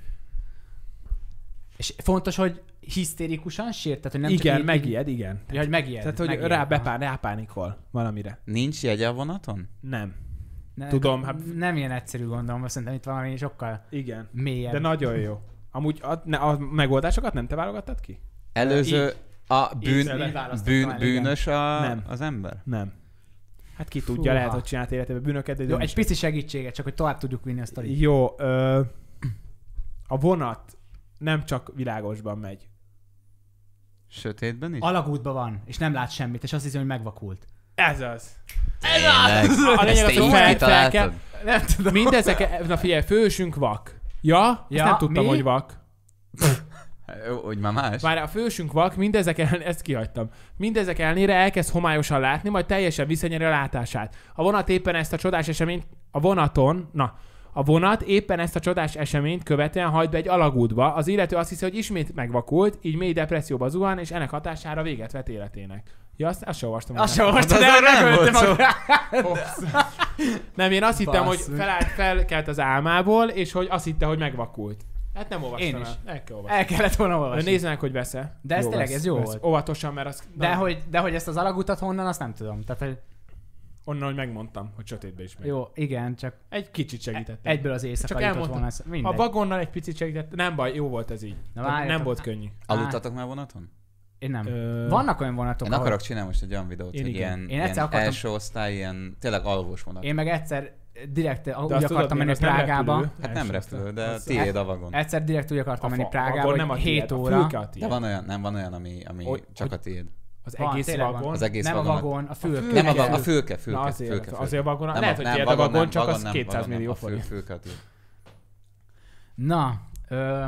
és fontos, hogy hisztérikusan sírt, tehát hogy nem Igen, csak így, megijed, igen. Ja, hogy megijed. Tehát, hogy megijed. rá Aha. bepár, rápánikol valamire. nincs jegye a vonaton? Nem. Ne, tudom, hát- Nem ilyen egyszerű gondolom, azt szerintem itt valami sokkal Igen. mélyebb. De nagyon jó. Amúgy a, ne, a megoldásokat nem te válogattad ki? Előző... A bűn, Így így választottam bűn, el, bűnös a, Nem. az ember? Nem. Hát ki Fúha. tudja, lehet, hogy csinált életében bűnöket, de Jó, nem egy is. pici segítséget, csak hogy tovább tudjuk vinni a sztorit. Jó, ö, a vonat nem csak világosban megy. Sötétben is? Alagútban van, és nem lát semmit, és azt hiszi, hogy megvakult. Ez az. Tényleg? A lényeg Ezt az, hogy te így fel, fel kitaláltad? kell. Nem tudom. Mindezek, na figyelj, fősünk vak. Ja? Ezt Ja, nem tudtam, mi? hogy vak. Jó, hogy már más? Várj, a fősünk vak, mindezek el, ezt kihagytam. Mindezek ellenére elkezd homályosan látni, majd teljesen visszanyeri a látását. A vonat éppen ezt a csodás eseményt, a vonaton, na, a vonat éppen ezt a csodás eseményt követően hajt be egy alagútba. Az illető azt hiszi, hogy ismét megvakult, így mély depresszióba zuhan, és ennek hatására véget vet életének. Ja, azt, azt sem olvastam. Azt el. sem olvastad, Az de arra nem megölte volt szó. magát. Nem, én azt hittem, hogy Basszus. felállt, felkelt az álmából, és hogy azt hitte, hogy megvakult. Hát nem olvastam Én is. el. El kell olvasni. El kellett volna olvasni. Nézd meg, hogy vesz-e. De ez Jó tényleg, vesz, ez jó vesz. volt. Óvatosan, mert az... De na, hogy, de hogy ezt az alagutat honnan, azt nem tudom. Tehát, hogy Onnan, hogy megmondtam, hogy sötétbe is megy. jó, igen, csak Egy kicsit segítettem. egyből az éjszaka Csak jutott elmondtam. volna. ez- Ha Mindegy. vagonnal egy picit segített, nem baj, jó volt ez így. Na, Tehát várjatok. nem volt könnyű. Aludtatok már vonaton? Én nem. Ö, Vannak olyan vonatok, Én ahol... akarok csinálni most egy olyan videót, Én hogy igen. ilyen, Én ilyen egyszer akartam- első osztály, ilyen tényleg alvós vonat. Én meg egyszer direkt úgy De azt akartam tudod, menni milyen, az nem Prágába. repülő. Hát nem Első repülő, de osztály. Az- tiéd a vagon. Egyszer direkt úgy akartam a menni fa- Prágába, vagon nem a hogy tiéd, hét a óra. fülke a De tiéd. van olyan, nem van olyan, ami, ami Hogy- csak hogy- a tiéd. Az Van, egész tényleg van. vagon. Az egész Nem a vagonot- vagon, a fülke. fülke. Nem a, Igen. va- a fülke, fülke, Na azért, fülke, fülke. azért a vagon. Nem, Lehet, a- hogy nem, tiéd a vagon, nem, csak vagon az nem, kétszáz vagon nem, millió a fül- forint. Fülke a tiéd. Na, ö...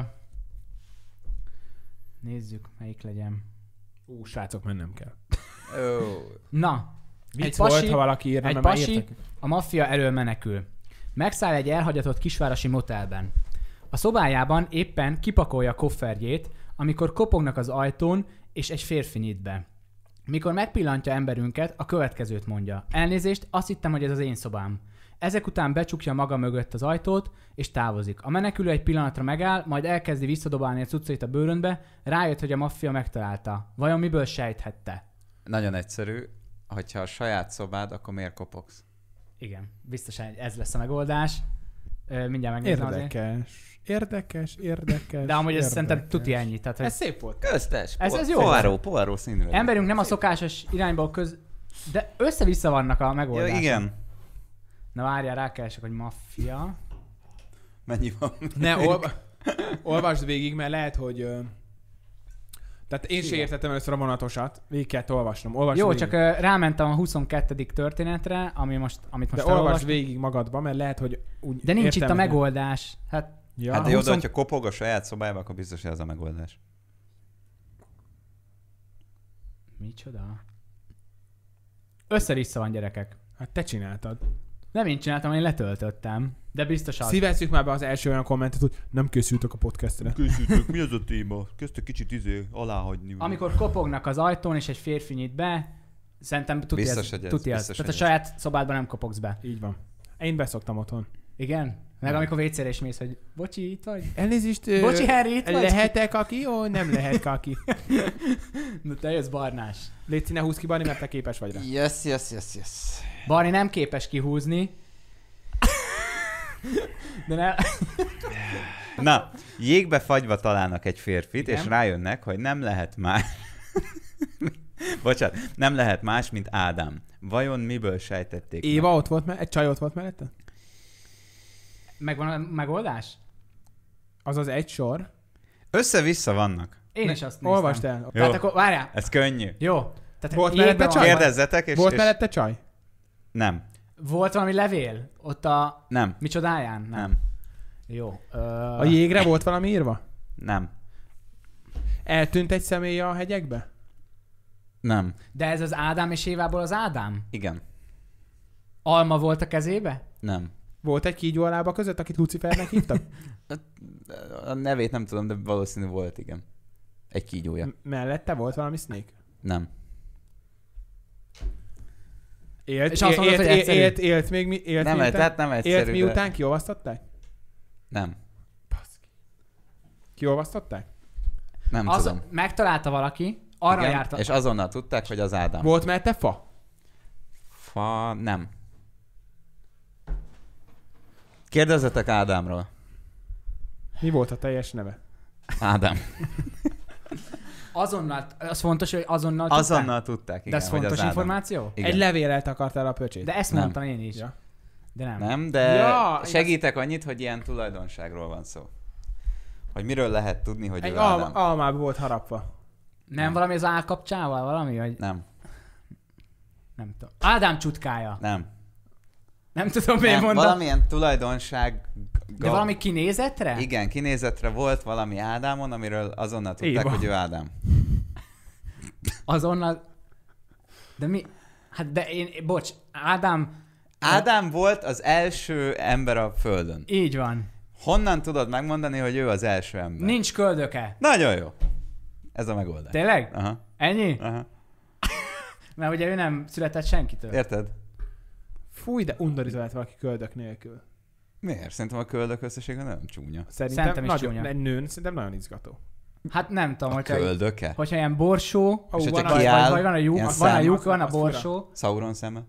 nézzük, melyik legyen. Ú, srácok, mennem kell. Ó, Na, Vicc egy volt, pasi, ha valaki írna, egy mert már pasi értek. a maffia elől menekül. Megszáll egy elhagyatott kisvárosi motelben. A szobájában éppen kipakolja a kofferjét, amikor kopognak az ajtón, és egy férfi nyit be. Mikor megpillantja emberünket, a következőt mondja. Elnézést, azt hittem, hogy ez az én szobám. Ezek után becsukja maga mögött az ajtót, és távozik. A menekülő egy pillanatra megáll, majd elkezdi visszadobálni a cuccait a bőrönbe, rájött, hogy a maffia megtalálta. Vajon miből sejthette? nagyon egyszerű, hogyha a saját szobád, akkor miért kopogsz? Igen, biztosan ez lesz a megoldás. Ö, mindjárt megnézem azért. Érdekes, érdekes, érdekes. De amúgy ez érdekes. szerintem tuti ennyi. Tehát, hogy Ez szép volt. Köztes, Ez- po- ez jó. Poiró, Poiró színre. emberünk nem a szokásos irányba köz... De össze-vissza vannak a Ja, megoldások. igen. Na várjál, rákeresek, hogy maffia. Mennyi van? Ne, olva... olvasd végig, mert lehet, hogy... Ö... Tehát én sem Igen. értettem először a vonatosat. Végig kellett olvasnom. Olvasd Jó, végig. csak ö, rámentem a huszonkettedik történetre, ami most, amit most De olvasd elolvastam. végig magadba, mert lehet, hogy úgy De nincs itt a értelmetlen. megoldás. Hát Ja. Hát A de jó, de huszon- hogyha kopog a saját szobába, akkor biztos, hogy ez a megoldás. micsoda? Össze-vissza van, gyerekek. Hát te csináltad. Nem én csináltam, én letöltöttem. De biztos az. Szívezzük már be az első olyan kommentet, hogy nem készültök a podcastre. Készültök, mi az a téma? Kezdtek kicsit izé aláhagyni. Amikor kopognak az ajtón, és egy férfi nyit be, szerintem tuti Biztos, ez. hogy ez, Tuti ez. biztos, Tehát a hogy ez. saját szobádban nem kopogsz be. Így van. Én beszoktam otthon. Igen? Meg Nem. amikor vécére is mész, hogy bocsi, itt vagy? Elnézést, ö, Bocsi, Harry, itt vagy? lehetek aki? Jó, nem lehet kaki. Na te jössz, Barnás. Légy színe, húz ki, Barni, mert te képes vagy rá. Yes, yes, yes, yes. Barni nem képes kihúzni. De ne... Na, jégbe fagyva találnak egy férfit, Igen. és rájönnek, hogy nem lehet más... Bocsánat, nem lehet más, mint Ádám. Vajon miből sejtették? meg? Éva ott volt, me- egy csaj ott volt mellette? Megvan a megoldás? Azaz egy sor. Össze-vissza vannak. Én Ne- is azt néztem. Olvasd el. Jó. Tehát akkor várjál. Ez könnyű. Jó. Tehát Volt jégben mellette van- csaj? Kérdezzetek, és... Volt és... mellette csaj? Nem, Volt valami levél? Ott a... nem, Micsodáján? nem, Jó. Ö... A jégre volt valami írva? nem, Eltűnt egy személy a hegyekbe? nem. De ez az Ádám és Évából az Ádám? Igen, Alma volt a kezébe? nem. Volt egy kígyó a lába között, akit Lucifernek hívtak? A nevét nem tudom, de valószínű volt, igen. Egy kígyója. M- mellette volt valami snake? Nem. Élt, És azt mondod, élt, hogy élt, egyszerű? élt, élt még mi, élt Nem, miután, tehát nem egyszerű, élt de- miután kiolvasztották? Nem. Kiolvasztották? Nem Az, tudom. megtalálta valaki, arra Igen, járta. és azonnal tudták, hogy az Ádám. Volt mellette fa? Fa... Nem. Kérdezzetek Ádámról. Mi volt a teljes neve? Ádám. Azonnal, az fontos, hogy azonnal tudták? Azonnal tudták, igen, De ez hogy fontos az Ádám. információ? Igen. Egy levéllel takartál a pöcsét. De ezt Nem. mondtam én is. Ja. De nem. Nem, de Ja, segítek annyit, hogy ilyen tulajdonságról van szó. Hogy miről lehet tudni, hogy Egy ő alma, Ádám. almába volt harapva. Nem valami az állkapcsával? Valami? Vagy... Nem, Nem tudom. Ádám csutkája. nem. Nem tudom, miért nem. mondom. Valamilyen tulajdonság... De valami kinézetre? Igen, kinézetre volt valami Ádámon, amiről azonnal tudták, Éva. hogy ő Ádám. Azonnal... De mi... Hát de én... Bocs, Ádám... Ádám volt az első ember a Földön. Így van. Honnan tudod megmondani, hogy ő az első ember? Nincs köldöke. Nagyon jó. Ez a megoldás. Tényleg? Aha, Ennyi? aha. Mert ugye ő nem született senkitől. Érted? Fúj, de undorító lehet valaki köldök nélkül. Miért? Szerintem a köldök összessége nem csúnya. Szerintem, Szerintem is nagyon, csúnya. egy nőn szerintem nagyon izgató. Hát nem tudom, A hogyha... köldöke? Hogyha ilyen borsó, Ó, És van hogyha a- vagy, kiáll, vagy, vagy van a lyuk, ilyen van a szám, lyuk, van a az fura. borsó. Sauron szeme?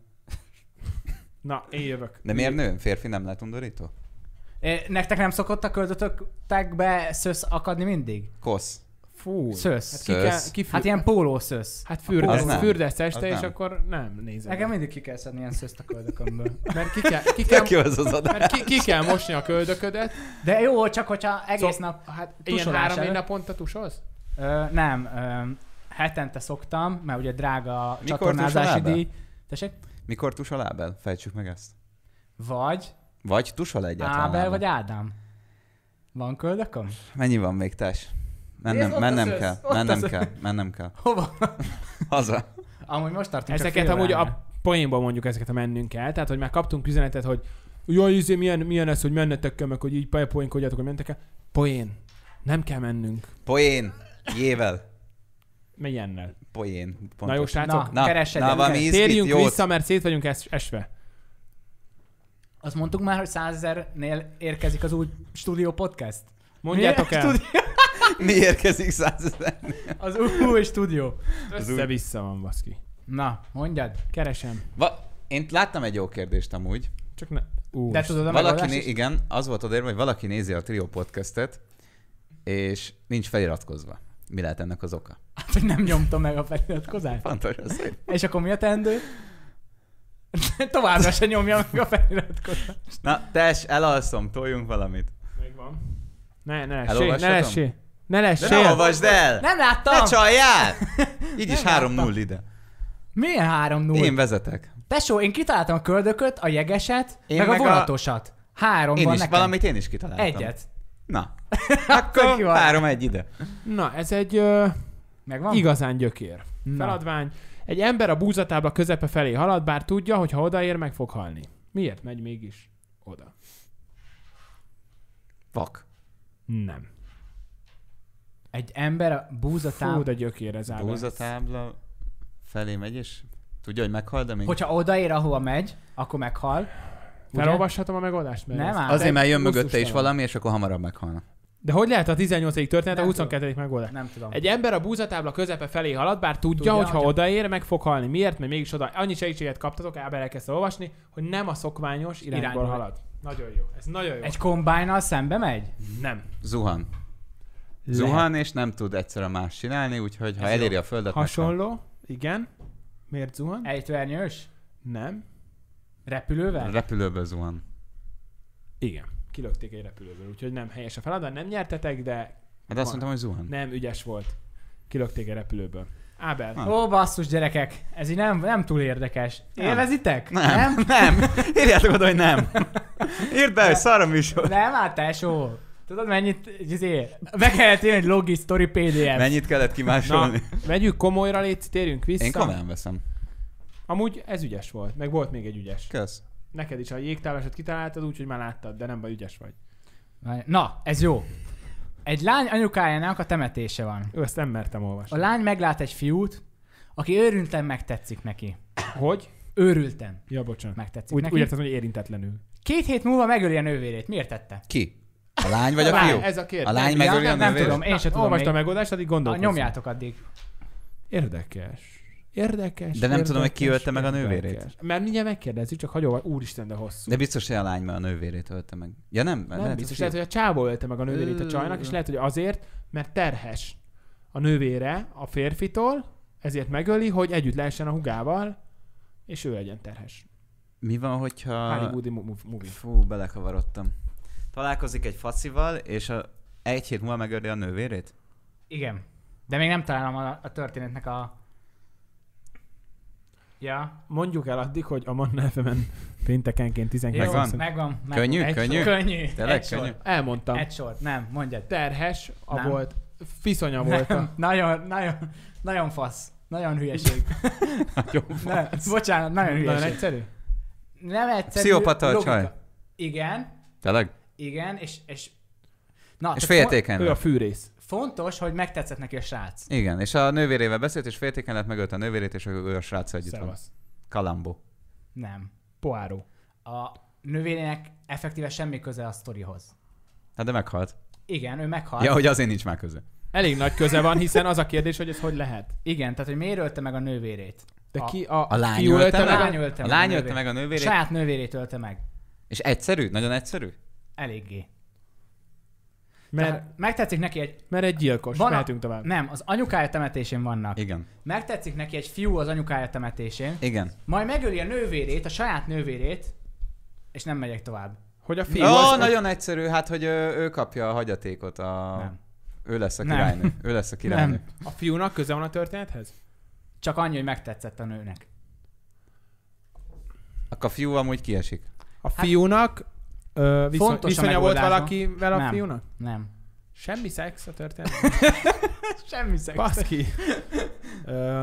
Na, én jövök. De miért nő? Férfi nem lehet undorító? É, Nektek nem szokott a köldötökbe szösz akadni mindig? Kosz. Fú. Szösz. Hát ki, kell, Szösz. ki für... Hát ilyen pólószösz. hát Az fürdesz, nem. fürdesz este, Az és nem. akkor nem nézem. Nekem mindig ki kell szedni ilyen szözt a köldökömből. Mert ki kell, ki kell, Tök jó az az adás. mert ki, ki kell mosni a köldöködet. De jó, csak hogyha egész Szóval- nap... Hát ilyen tusolás három előtt- naponta tusolsz? Ö, nem, ö, hetente szoktam, mert ugye drága a Mikor csatornázási tusol lábel? díj. Tessék? Mikor tusol Ábel? Fejtsük meg ezt. Vagy Vagy tusol egyáltalán Ábel, Ábel? vagy Ádám. Van köldököm? Mennyi van még, tess? Mennem, Nézd, ott mennem az össz, kell, ott mennem az- kell, mennem kell. Hova? Haza. Amúgy most tartunk csak Ezeket fél amúgy óránál. a poénból mondjuk ezeket a mennünk kell. Tehát, hogy már kaptunk üzenetet, hogy jaj, izé, milyen, milyen ez, hogy mennetek kell, meg hogy így poénkodjatok, hogy mentek el. Poén. Nem kell mennünk. Poén. Jével. Melyennel. Poén. Na jó, Pontos. srácok. Na, Na, keresed na, el, valami keresd. izgit, Térjünk jót. vissza, mert szét vagyunk es- esve. Azt mondtuk már, hogy százezernél érkezik az új stúdió podcast? Mondjátok Mi? el. Stúdió? Mi érkezik százezer? Az új stúdió. Össze-vissza van, baszki. Na, mondjad. Keresem. Va- Én láttam egy jó kérdést amúgy. Csak ne... Ú, De tudod a Valaki megoldást né- is? igen, az volt odaérve, hogy valaki nézi a Trio podcastet, és nincs feliratkozva. Mi lehet ennek az oka? Hát, hogy nem nyomtam meg a feliratkozást. Pontosan szép. És akkor mi a teendő? Továbbra se nyomja meg a feliratkozást. Na, tess, elalszom, toljunk valamit. Megvan. Ne, ne lessé, ne Elolvashatom? lessé. Ne De lessé. ne olvasd el! Nem láttam! Ne csaljál! Így is Nem három null láttam. ide. Milyen három null? Én vezetek. Tesó, én kitaláltam a köldököt, a jegeset, Én meg, meg a a- vonatosat. Három Én van is, nekem. valamit én is kitaláltam. Egyet. Na, Tök akkor jó. három egy ide. Na, ez egy ö, Megvan? igazán gyökér. Na. Feladvány. Egy ember a búzatábla közepe felé halad, bár tudja, hogy ha odaér, meg fog halni. Miért megy mégis oda? Vak. Nem. Egy ember a búzatám... Fú, de gyökér ez áll. Búzatábla felé megy, és tudja, hogy meghal, de még... Hogyha odaér, ahova megy, akkor meghal. Felolvashatom a megoldást? Mert Nem ez- áll. Azért, mert jön mögötte is gusztustalan. valami, és akkor hamarabb meghalna. De hogy lehet a tizennyolcadik történet a Nem huszonkettődik megoldás? Nem tudom. Egy ember a búzatábla közepe felé halad, bár tudja, Tudja, hogy ha hogy- odaér, meg fog halni. Miért? Mert mégis oda. Annyi segítséget kaptatok, Ábel elkezdte olvasni, hogy nem a szokványos irányból Irányból. halad. Nagyon jó. Ez nagyon jó. Egy kombájnal szembe megy? Nem. Zuhan. Lehet. Zuhan, és nem tud egyszerre más csinálni, úgyhogy ha Ez eléri jó. a földet, Hasonló. Igen. Miért zuhan? Ejtőernyős? Nem. Repülővel? meghal. Repülőből zuhan. Igen. Kilökték egy repülőből, úgyhogy nem helyes a feladat. Nem nyertetek, de Hát azt mondtam, hogy zuhan. nem ügyes volt. Kilökték egy repülőből. Ábel. Ah. Ó, basszus gyerekek, ez így nem, nem túl érdekes. Nem. Élvezitek? Nem, nem. Írjátok oda, hogy nem. Írd be, hogy szar a műsor. Nem, hát tesó. Tudod mennyit, izé, be kellett írni egy logi story pé dé ef. Mennyit kellett Na, kimásolni? vegyük komolyra, légy, térjünk vissza. Én komolyan veszem. Amúgy ez ügyes volt, meg volt még egy ügyes. Kösz. Neked is a jégtávlasat kitaláltad, úgyhogy már láttad, de nem baj, ügyes vagy. Na, ez jó. Egy lány anyukájának a temetése van. Ő, ezt nem mertem A olvasni. lány meglát egy fiút, aki őrülten megtetszik neki. Hogy? Őrülten Ja, bocsánat. megtetszik Úgy, neki. úgy értem, hogy érintetlenül. Két hét múlva megöli a nővérét. Miért tette? Ki? A lány vagy a Lány, fiú? Ez a kérdés. A lány Nem, megöli ja, a nem nővérét? tudom, én sem tudom Olvasd a még. megoldást, addig Ah, gondolkozz. nyomjátok addig. Érdekes. Érdekes. De nem tudom, hogy ki érdekes, ölte meg a nővérét. érdekes. Mert mindjárt megkérdezzük, csak hagyom, úristen, de hosszú. De biztos, hogy a lány már a nővérét ölte meg. Ja nem? nem lehet, biztos, hogy lehet, hogy a csávó ölte meg a nővérét a Ö. csajnak, és lehet, hogy azért, mert terhes a nővére a férfitól, ezért megöli, hogy együtt lehessen a hugával, és ő legyen terhes. Mi van, hogyha... Hollywoodi mu- mu- movie. Fú, belekavarodtam. Találkozik egy faszival, és a... egy hét múlva megöli a nővérét? Igen. De még nem találom a, a történetnek a... Ja. Mondjuk el addig, hogy a Manna ef em-en péntekenként tizenkét Megvan? percent- Megvan. megvan. Könnyű? Egy Könnyű? Könnyű. Tényleg Egy sor. könnyű? Elmondtam. Egy sor. Nem, mondjad. Terhes, a Nem. volt, fiszonya volt Nem, a... nagyon, nagyon, nagyon fasz. Nagyon hülyeség. Jó. Nem, bocsánat, nagyon Nagyon hülyeség. egyszerű? Nem egyszerű. Pszichopata a logika. csaj. Igen, Tényleg? igen, és... és na, És tehát féltékeny Ő a lett. fűrész. fo- fontos, hogy megtetszett neki a srác. Igen, és a nővérével beszélt, és féltékeny lett, megölte a nővérét, és ő a srác együtt van. Szevasz. Kalambó. Nem. Poáró. A nővérének effektíve semmi köze a sztorihoz. Hát de meghalt. Igen, ő meghalt. Ja, hogy azért nincs már köze. Elég nagy köze van, hiszen az a kérdés, hogy ez hogy lehet. Igen, tehát hogy miért ölte meg a nővérét? De A- ki a, A lány fiú ölte A meg? lány ölte A meg lány a ölte nővérét. meg a nővérét? Saját nővérét ölte meg. És egyszerű? Nagyon egyszerű? Eléggé. Mert, Tehát megtetszik neki egy... mert egy gyilkos. Van a- Mehetünk tovább. Nem, az anyukája temetésén vannak. Igen. Megtetszik neki egy fiú az anyukája temetésén, Igen. majd megöli a nővérét, a saját nővérét, és nem megyek tovább. Hogy a fiú... Ó, az- nagyon egyszerű, hát hogy ő, ő kapja a hagyatékot, a... Nem. Ő lesz a Nem. királynő. Ő lesz a királynő. Nem. A fiúnak köze van a történethez? Csak annyi, hogy megtetszett a nőnek. Akkor a fiú amúgy kiesik. A fiúnak ö, viszony, Fontos a viszonya volt megoldásban. valakivel a Nem. fiúnak? Nem. Semmi szex a történet? Semmi szex. Baszki. Ö,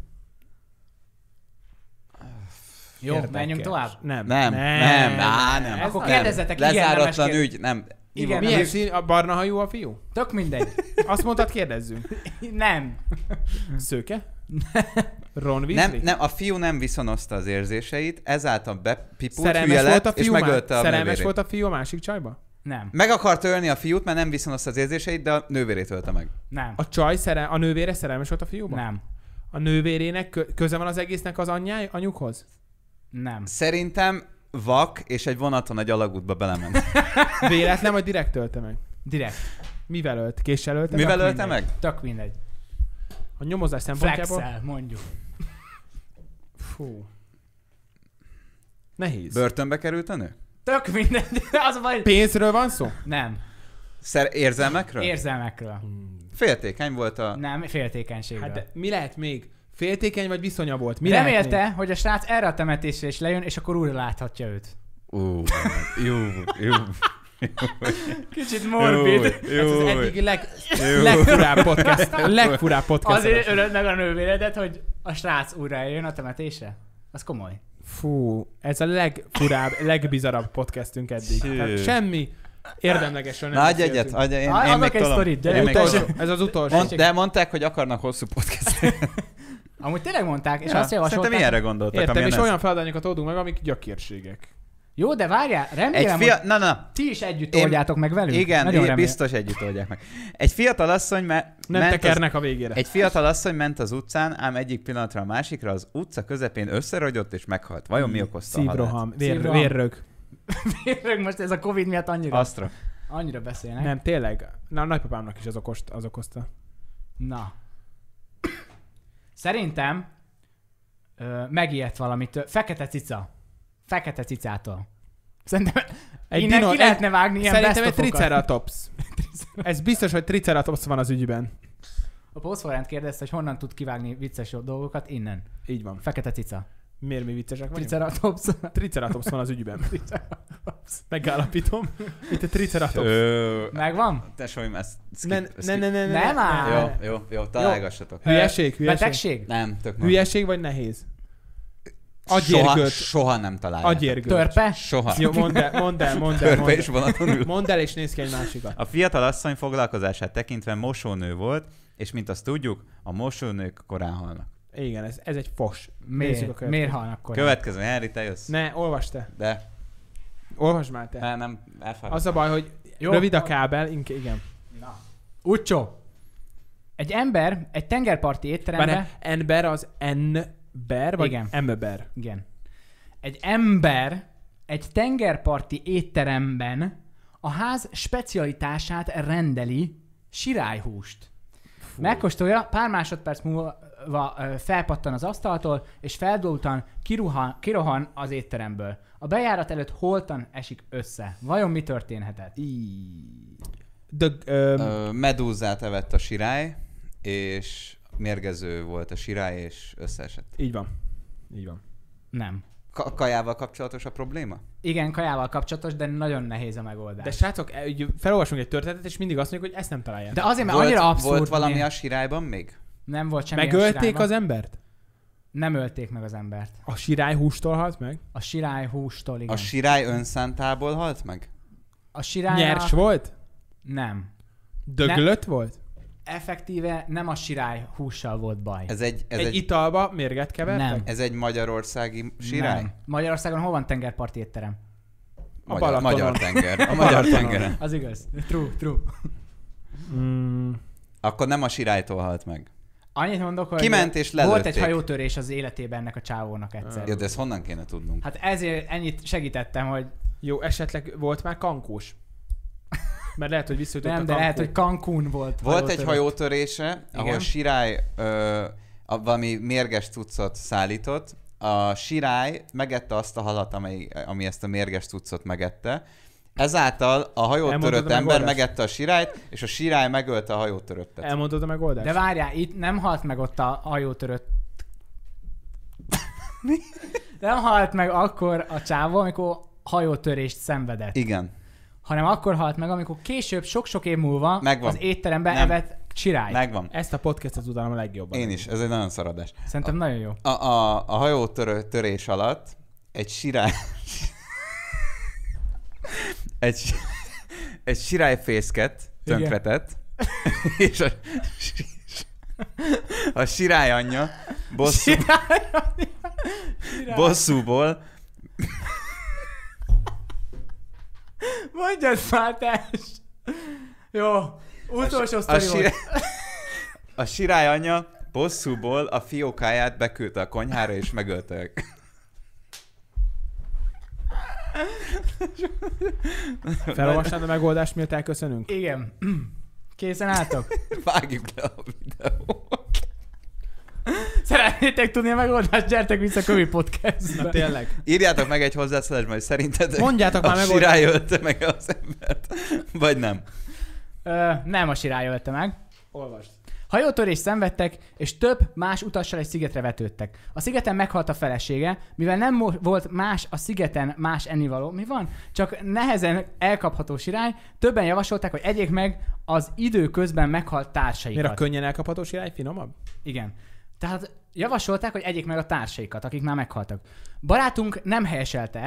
Jó, érdekes. menjünk tovább. Nem. Nem, nem, á, nem. Ez Akkor nem. kérdezzetek igen, Lezáratlan nemes ügy, nem. Igen, Milyen nem. szín? A barna hajú a fiú? Tök mindegy. Azt mondtad, kérdezzünk. Nem. Szőke? Ron Weasley? Nem, nem, a fiú nem viszonozta az érzéseit, ezáltal bepipult, Szerelmes hülye volt a lett, és fiú már? megölte a Szerelmes nővérét. volt a fiú a másik csajba? Nem. Meg akarta ölni a fiút, mert nem viszonozta az érzéseit, de a nővérét ölte meg. Nem. A csaj, szerel, a nővére szerelmes volt a fiúban? Nem. A nővérének kö- köze van az egésznek az anyjáj, anyukhoz? Nem. Szerintem vak, és egy vonaton egy alagútba belement. Véletlen, vagy direkt ölte meg? Direkt. Mivel ölt? Késsel ölte Mivel meg? ölte meg? Tök mindegy. A nyomozás szempontjából? Flexel, mondjuk. Fú. Nehéz. Börtönbe került a nő? Tök mindegy. Az a baj. Pénzről van szó? Nem. Szer- érzelmekről? Érzelmekről. Féltékeny volt a... Nem, féltékenységről. Hát de mi lehet még? Féltékeny vagy viszonya volt? Mi lehet Remélte, még? hogy a srác erre a temetésre is lejön, és akkor újra láthatja őt. Ú, jó, jó. Kicsit morbid. Ez az eddig leg, Jó. legfurább podcast. Legfurább podcast. Azért ölöd meg a nővéredet, hogy a srác újra eljön a temetésre? Az komoly. Fú, ez a legfurább, legbizarabb podcastünk eddig. Hű. Tehát semmi érdemlegesről nem Na, adj beszéltünk. egyet, adj, én, én Adok még egy tudom. sztorit, gyere, Én még utolsó. tudom. Ez az utolsó. Mond, de mondták, hogy akarnak hosszú podcast. Amúgy tényleg mondták, és Ja, azt szerintem javasolták. ilyenre gondoltak. Értem, amilyen és ez. olyan feladányokat oldunk meg, amik gyökérségek. Jó, de várjál, Egy remélem, fia... hogy Na, na. ti is együtt Én- oldjátok meg velünk. Igen, Nagyon én remélem. biztos együtt oldják meg. Egy fiatal asszony me- Nem ment az... tekernek a végére. Egy fiatal asszony ment az utcán, ám egyik pillanatra a másikra az utca közepén összerogyott és meghalt. Vajon mi okozta a halált? Szívroham, vér, Szívroham. vérrög. Vérrög most ez a Covid miatt annyira, Asztra. annyira beszélnek. Nem, tényleg. Na, a nagypapámnak is az, okost, az okozta. Na. Szerintem ö, megijedt valamitől. Fekete cica. Fekete cicától. Szerintem Egy innen dino- ki lehetne vágni ilyen Szerintem egy best-of-okat. triceratops. Ez biztos, hogy triceratops van az ügyben. A Postforrend kérdezte, hogy honnan tud kivágni vicces dolgokat. Innen. Így van. Fekete cica. Miért mi viccesek vagyunk? Triceratops. Triceratops van az ügyben. Megállapítom. Itt a triceratops. Ö... Megvan? Tesóim, ezt skip, Ne, skip. ne, ne, ne, ne, Nem ne. áll. Jó, jó, jó, találgassatok. Hülyeség, hülyeség. Betegség? Nem, tök nagy. Hülyeség vagy nehéz? Soha, Agyérgöt. soha nem találjátok. Agyérgöt. Törpe? Soha. Jó, mondd el, mondd el, mondd el. Törpe Mondd és el, vonaton ül. mondd el és nézz ki egy másikat. A fiatal asszony foglalkozását tekintve mosónő volt, és mint azt tudjuk, a mosónők korán halnak. Igen, ez, ez egy fos. Nézzük a Miért? következőt. Miért halnak korán? Következő, Henry, te jössz. Ne, olvasd te. De, Olvasd már te. ne, nem, elfáradt. Az a baj, hogy Jó. rövid a kábel, inkább igen. Na. Ucsó. Egy ember egy tengerparti étterembe... Bár ember az ember, vagy Igen. ember? Igen. Egy ember egy tengerparti étteremben a ház specialitását rendeli, sirályhúst. Fú. Megkóstolja, pár másodperc múlva ö, felpattan az asztaltól, és feldúltan kiruhan, kirohan az étteremből. A bejárat előtt holtan esik össze. Vajon mi történhetett? The, um, Ö, medúzát evett a sirály, és mérgező volt a sirály, és összeesett. így van. Így van. Nem. Ka- kajával kapcsolatos a probléma? Igen, kajával kapcsolatos, de nagyon nehéz a megoldás. De srácok, e, úgy felolvasunk egy történetet, és mindig azt mondjuk, hogy ezt nem találják. De azért, mert Volt, annyira abszurd. volt valami hogy a sirályban még? Nem volt semmi. Megölték az embert? Nem ölték meg az embert. A sirály hústól halt meg? A sirály hústól, igen. A sirály önszántából halt meg? A sirálynak... Nyers volt? Nem. Döglött volt? Effektíve nem a sirály hússal volt baj. Ez egy, ez Egy, egy, italba mérget kevertek? Nem. ez egy magyarországi sirály? Nem. Magyarországon hol van tengerparti étterem? A Magyar, Balatonon. magyar tenger. A magyar tengeren. Az igaz. True, true. Mm, Akkor nem a sirálytól halt meg. Annyit mondok, hogy Kiment és volt lelőtték. egy hajótörés az életében ennek a csávónak egyszer. Jó, de ezt honnan kéne tudnunk? Hát ezért ennyit segítettem, hogy jó, esetleg volt már kankós? Mert lehet, hogy visszajutott nem, a de kankó. lehet, hogy Cancún volt. Volt egy hajótörés. hajótörése, ahol Igen. sirály ö, a, valami mérges cuccot szállított. A sirály megette azt a halat, amely, ami ezt a mérges cuccot megette. Ezáltal a hajótörött Elmondod a ember megoldást? megette a sirályt, és a sirály megölte a hajótöröttet. Elmondod a megoldást? De várjál, itt nem halt meg ott a hajótörött. Nem halt meg akkor a csávó, amikor hajótörést szenvedett. Igen. Hanem akkor halt meg, amikor később, sok-sok év múlva Megvan. az étteremben Nem. evett sirály. Megvan. Ezt a podcastot utálom a legjobban. Én is, ez egy nagyon szaradás. Szerintem nagyon jó. A, a, a hajótörés alatt egy sirály... egy, egy sirályfészket tönkretett, és a, a sirály anyja bosszú, bosszúból Mondjad már, te! Jó, utolsó a, sztori sirály, volt. a sirály anyja bosszúból a fiókáját beküldte a konyhára és megölte ők. Felolvasnád a megoldást, miért elköszönünk? Igen. Készen álltok? Vágjuk le a videót. Szeretnétek tudni a megoldást? Gyertek vissza a Kövi Podcastbe. Na tényleg. Írjátok meg egy hozzászólásban, hogy szerinted Mondjátok a már megoldást. sirály ölte meg az embert, vagy nem. Ö, nem a sirály ölte meg. Olvasd. Hajótörést szenvedtek, és több más utassal egy szigetre vetődtek. A szigeten meghalt a felesége, mivel nem mo- volt más a szigeten más ennivaló. Mi van? Csak nehezen elkapható sirály, többen javasolták, hogy egyék meg az idő közben meghalt társaikat. Miért a könnyen elkapható sirály finomabb? Igen. Tehát javasolták, hogy egyék meg a társaikat, akik már meghaltak. Barátunk nem helyeselte ezt,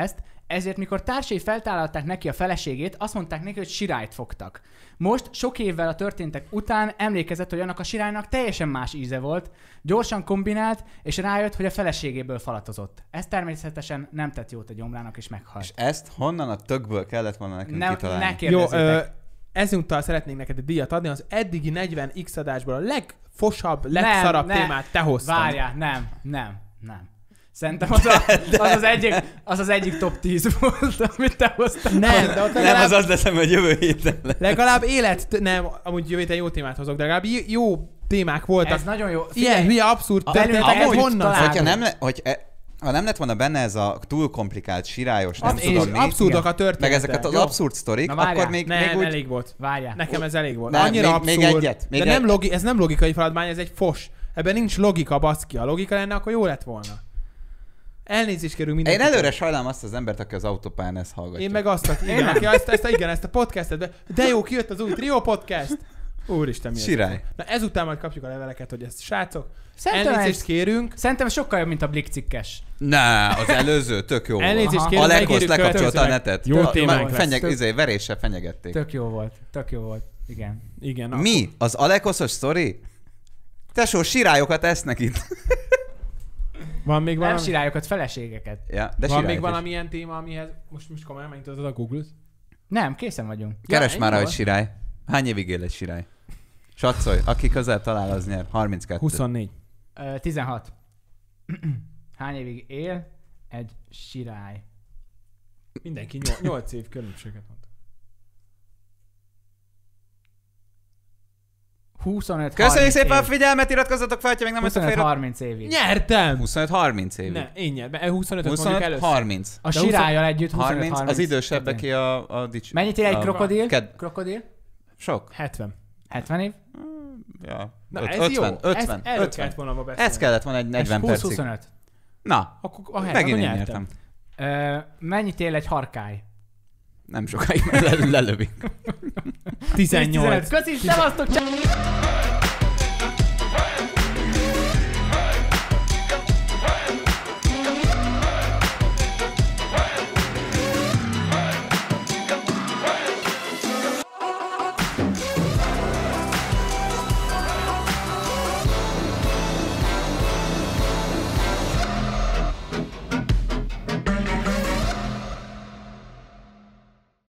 ezért mikor társai feltállalták neki a feleségét, azt mondták neki, hogy sirályt fogtak. Most, sok évvel a történtek után emlékezett, hogy annak a sirálynak teljesen más íze volt, gyorsan kombinált, és rájött, hogy a feleségéből falatozott. Ez természetesen nem tett jót a gyomrának, és meghalt. És ezt honnan a tökből kellett volna nekünk Ne, kitalálni? ne Jó, kérdezzétek. ö, ezúttal szeretnénk neked egy díjat adni, az eddigi negyven x adásból a legfosabb, legszarabb nem, témát te hoztad. Várjál, nem, nem, nem. Szerintem az, a, az, az, egyik, az az egyik top tíz volt, amit te hoztál. Nem, de ott Nem, legalább, az az leszem, hogy jövő héten lesz. legalább élet... Nem, amúgy jövő héten jó témát hozok, de legalább j- jó témák voltak. Ez nagyon jó. Ilyen hülye, abszurd A- történeteket amúgy honnan? talál- Hogyha nem, le, hogy e, ha nem lett volna benne ez a túl komplikált, sirályos, nem Az, tudom és mi, abszurdok igen. a történetek. meg ezeket az Jó. abszurd sztorik, Na várjál. akkor még, Nem, még úgy... elég volt. Várjál. Nekem ez elég volt. Nem, Annyira még- még abszurd. egyet, még de nem egy- logi, ez nem logikai feladmány, ez egy fos. Ebben nincs logika, baszki. A logika lenne, akkor jó lett volna. Elnézést kérünk Én mindenkit. előre sajnálom azt az embert, aki az autópályán ezt hallgatja. Én meg azt, hogy igen, aki ezt, ezt, igen, ezt a podcastet be... De jó, kijött az új Trio podcast. Úristen, mi ez? Sirály. Na ezután majd kapjuk a leveleket, hogy ezt srácok. Szerintem, Elnézést ez, kérünk. szerintem sokkal jobb, mint a Blick cikkes. Ne, az előző tök jó Elnézést volt. Aha. kérünk, Alekosz megírjuk lekapcsolta a következőleg. netet. Jó A- témánk ma- lesz. Fenyeg, Tök- izé, veréssel fenyegették. Tök jó volt. Tök jó volt. Igen. Igen. Mi? Az Alekoszos sztori? Tesó, sirályokat esznek itt. Van még Nem valami? sirályokat, feleségeket. Ja, de Van még sirályok is. valamilyen téma, amihez most, most komolyan megnyitod a Google-t? Nem, készen vagyunk. Keres Ja, már rá, jó. hogy sirály. Hány évig él egy sirály? Satszolj, aki közel talál, az nyer. harminckettő. huszonnégy. Ö, tizenhat. Hány évig él egy sirály? Mindenki nyolc év különbséget mondta. huszonöt Köszönjük szépen a év. figyelmet, iratkozzatok fel, ha még nem ezt a huszonöt félre... harminc évig. Nyertem! huszonöt harminc évig. Ne, én nyertem. huszonötöt mondjuk huszonöt először. harminc. A De sirállyal együtt huszonöt harminc, harminc. az idősebbeké a, a dics... Mennyit ér egy a- krokodil? Ked... Krokodil? Sok. hetven. hetven év? Ja. Na Öt- ez ötven, jó. ötven, Ezt erről ötven. kellett volna ma beszélni. Ez kellett volna egy negyven húsz percig. huszonöt. Na, Akkor a hetven, megint akkor én nyertem. nyertem. Ö, mennyit él egy harkály? Nem sokáig, mert le- lelövik. tizennyolc. Köszi, szevasztok, csak!